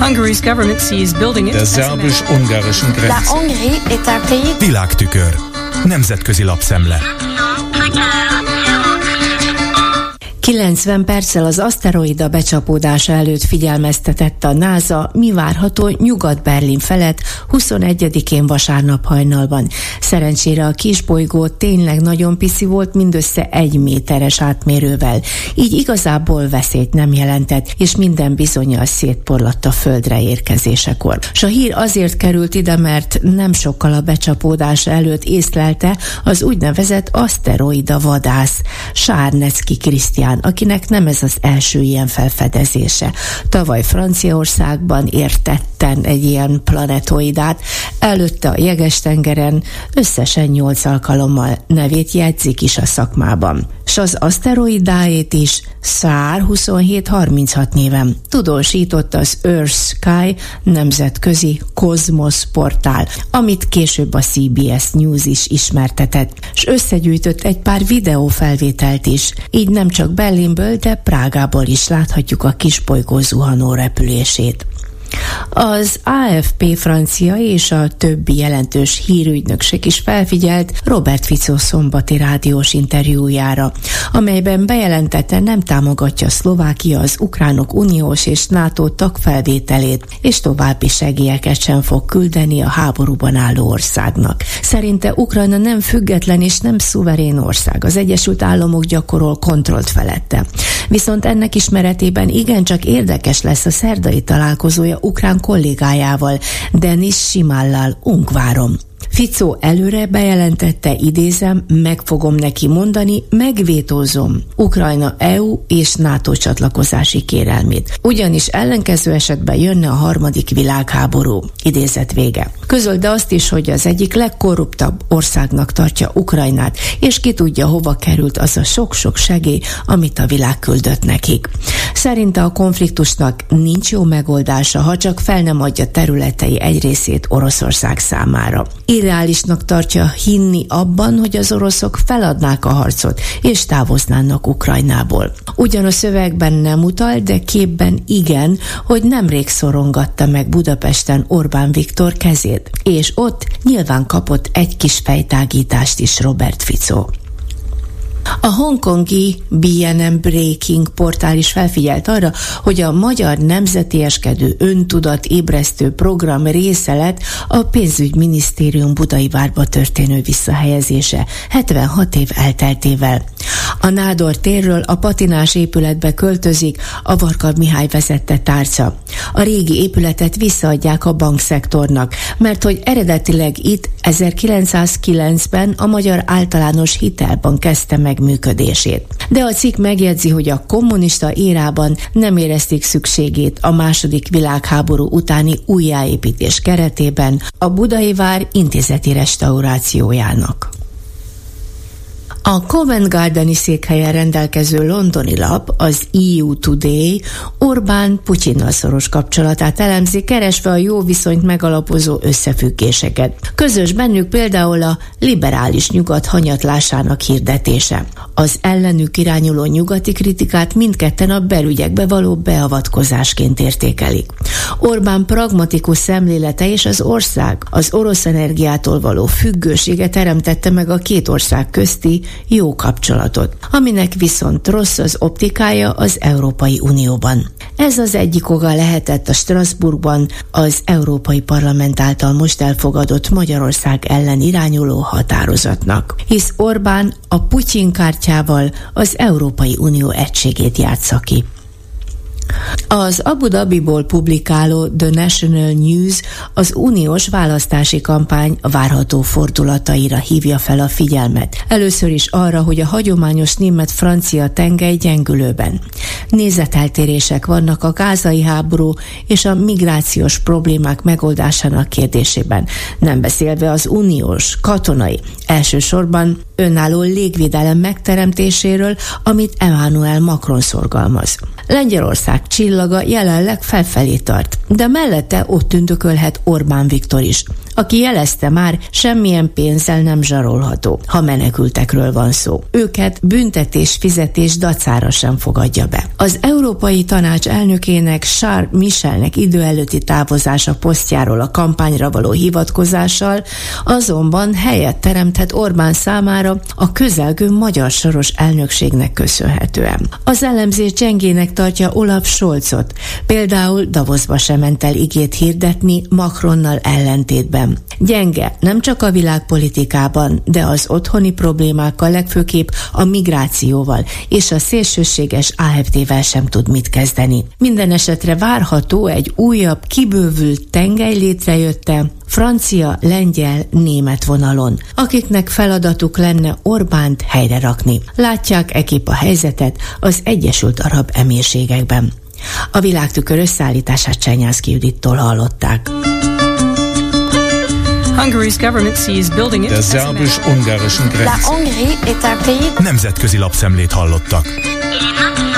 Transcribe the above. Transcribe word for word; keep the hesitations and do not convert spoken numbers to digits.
Hungary's government sees building it der szerbus-ungarischen Grenze. La Hongrie est un pays. Világtükör. Nemzetközi lapszemle. kilencven perccel az aszteroida becsapódása előtt figyelmeztetett a NASA, mi várható Nyugat-Berlin felett huszonegyedikén vasárnap hajnalban. Szerencsére a kisbolygó tényleg nagyon pici volt, mindössze egy méteres átmérővel. Így igazából veszélyt nem jelentett, és minden bizonnyal szétporlatt a Földre érkezésekor. S a hír azért került ide, mert nem sokkal a becsapódása előtt észlelte az úgynevezett aszteroida vadász, Sárnecki Krisztián, akinek nem ez az első ilyen felfedezése. Tavaly Franciaországban ért tetten egy ilyen planetoidát, előtte a Jeges-tengeren összesen nyolc alkalommal, nevét jegyzik is a szakmában. S az aszteroidáét is SAR huszonhét harminchat néven tudósított az Earth Sky nemzetközi kozmosz portál, amit később a cé bé es News is ismertetett, és összegyűjtött egy pár videófelvételt is, így nem csak Berlinből, de Prágából is láthatjuk a kisbolygó zuhanó repülését. Az á ef pé francia és a többi jelentős hírügynökség is felfigyelt Robert Fico szombati rádiós interjújára, amelyben bejelentette, nem támogatja Szlovákia az ukránok uniós és NATO tagfelvételét, és további segélyeket sem fog küldeni a háborúban álló országnak. Szerinte Ukrajna nem független és nem szuverén ország, az Egyesült Államok gyakorol kontrollt felette. Viszont ennek ismeretében igencsak érdekes lesz a szerdai találkozója ukrán kollégájával, Denis Simállal Ungváron. Fico előre bejelentette, idézem, meg fogom neki mondani, megvétózom Ukrajna é u és NATO csatlakozási kérelmét. Ugyanis ellenkező esetben jönne a harmadik világháború. Idézet vége. Közölte azt is, hogy az egyik legkorruptabb országnak tartja Ukrajnát, és ki tudja, hova került az a sok-sok segély, amit a világ küldött nekik. Szerinte a konfliktusnak nincs jó megoldása, ha csak fel nem adja területei egy részét Oroszország számára. Irreálisnak tartja hinni abban, hogy az oroszok feladnák a harcot, és távoznának Ukrajnából. Ugyan a szövegben nem utal, de képben igen, hogy nemrég szorongatta meg Budapesten Orbán Viktor kezét, és ott nyilván kapott egy kis fejtágítást is Robert Fico. A hongkongi bé en em Breaking portál is felfigyelt arra, hogy a Magyar Nemzetieskedő Öntudat Ébresztő Program része lett a Pénzügyminisztérium Budai-várba történő visszahelyezése hetvenhat év elteltével. A Nádor térről a patinás épületbe költözik a Varga Mihály vezette tárca. A régi épületet visszaadják a bankszektornak, mert hogy eredetileg itt ezerkilencszázkilencben a Magyar Általános Hitelbank kezdte meg működését. De a cikk megjegyzi, hogy a kommunista érában nem érezték szükségét a második világháború utáni újjáépítés keretében a Budai vár intézeti restaurációjának. A Covent Gardeni székhelyen rendelkező londoni lap, az é u Today, Orbán Putyinnal szoros kapcsolatát elemzi, keresve a jó viszonyt megalapozó összefüggéseket. Közös bennük például a liberális nyugat hanyatlásának hirdetése. Az ellenük irányuló nyugati kritikát mindketten a belügyekbe való beavatkozásként értékelik. Orbán pragmatikus szemlélete és az ország az orosz energiától való függősége teremtette meg a két ország közti jó kapcsolatot, aminek viszont rossz az optikája az Európai Unióban. Ez az egyik oka lehetett a Strasbourgban az Európai Parlament által most elfogadott Magyarország ellen irányuló határozatnak, hisz Orbán a Putyin kártyával az Európai Unió egységét játsza ki. Az Abu Dhabiból publikáló The National News az uniós választási kampány várható fordulataira hívja fel a figyelmet. Először is arra, hogy a hagyományos német-francia tengely gyengülőben. Nézeteltérések vannak a gázai háború és a migrációs problémák megoldásának kérdésében, nem beszélve az uniós, katonai, elsősorban önálló légvédelem megteremtéséről, amit Emmanuel Macron szorgalmaz. Lengyelország csillaga jelenleg felfelé tart, de mellette ott tündökölhet Orbán Viktor is. aki jelezte már, semmilyen pénzzel nem zsarolható, ha menekültekről van szó. Őket büntetés fizetés dacára sem fogadja be. Az Európai Tanács elnökének Charles Michelnek idő előtti távozása posztjáról a kampányra való hivatkozással azonban helyet teremthet Orbán számára a közelgő magyar soros elnökségnek köszönhetően. Az elemzés gyengének tartja Olaf Scholzot, például Davosba sem ment el igét hirdetni Macronnal ellentétben. Gyenge nem csak a világpolitikában, de az otthoni problémákkal, legfőképp a migrációval és a szélsőséges á ef dé-vel sem tud mit kezdeni. Minden esetre várható egy újabb, kibővült tengely létrejötte francia, lengyel, német vonalon, akiknek feladatuk lenne Orbánt helyre rakni. Látják ekképp a helyzetet az Egyesült Arab Emírségekben. A Világtükör összeállítását Csernyánszky Judittól hallották. Hungary's government sees building it. Der szerbus-ungarischen Grenze. Nemzetközi lapszemlét hallottak.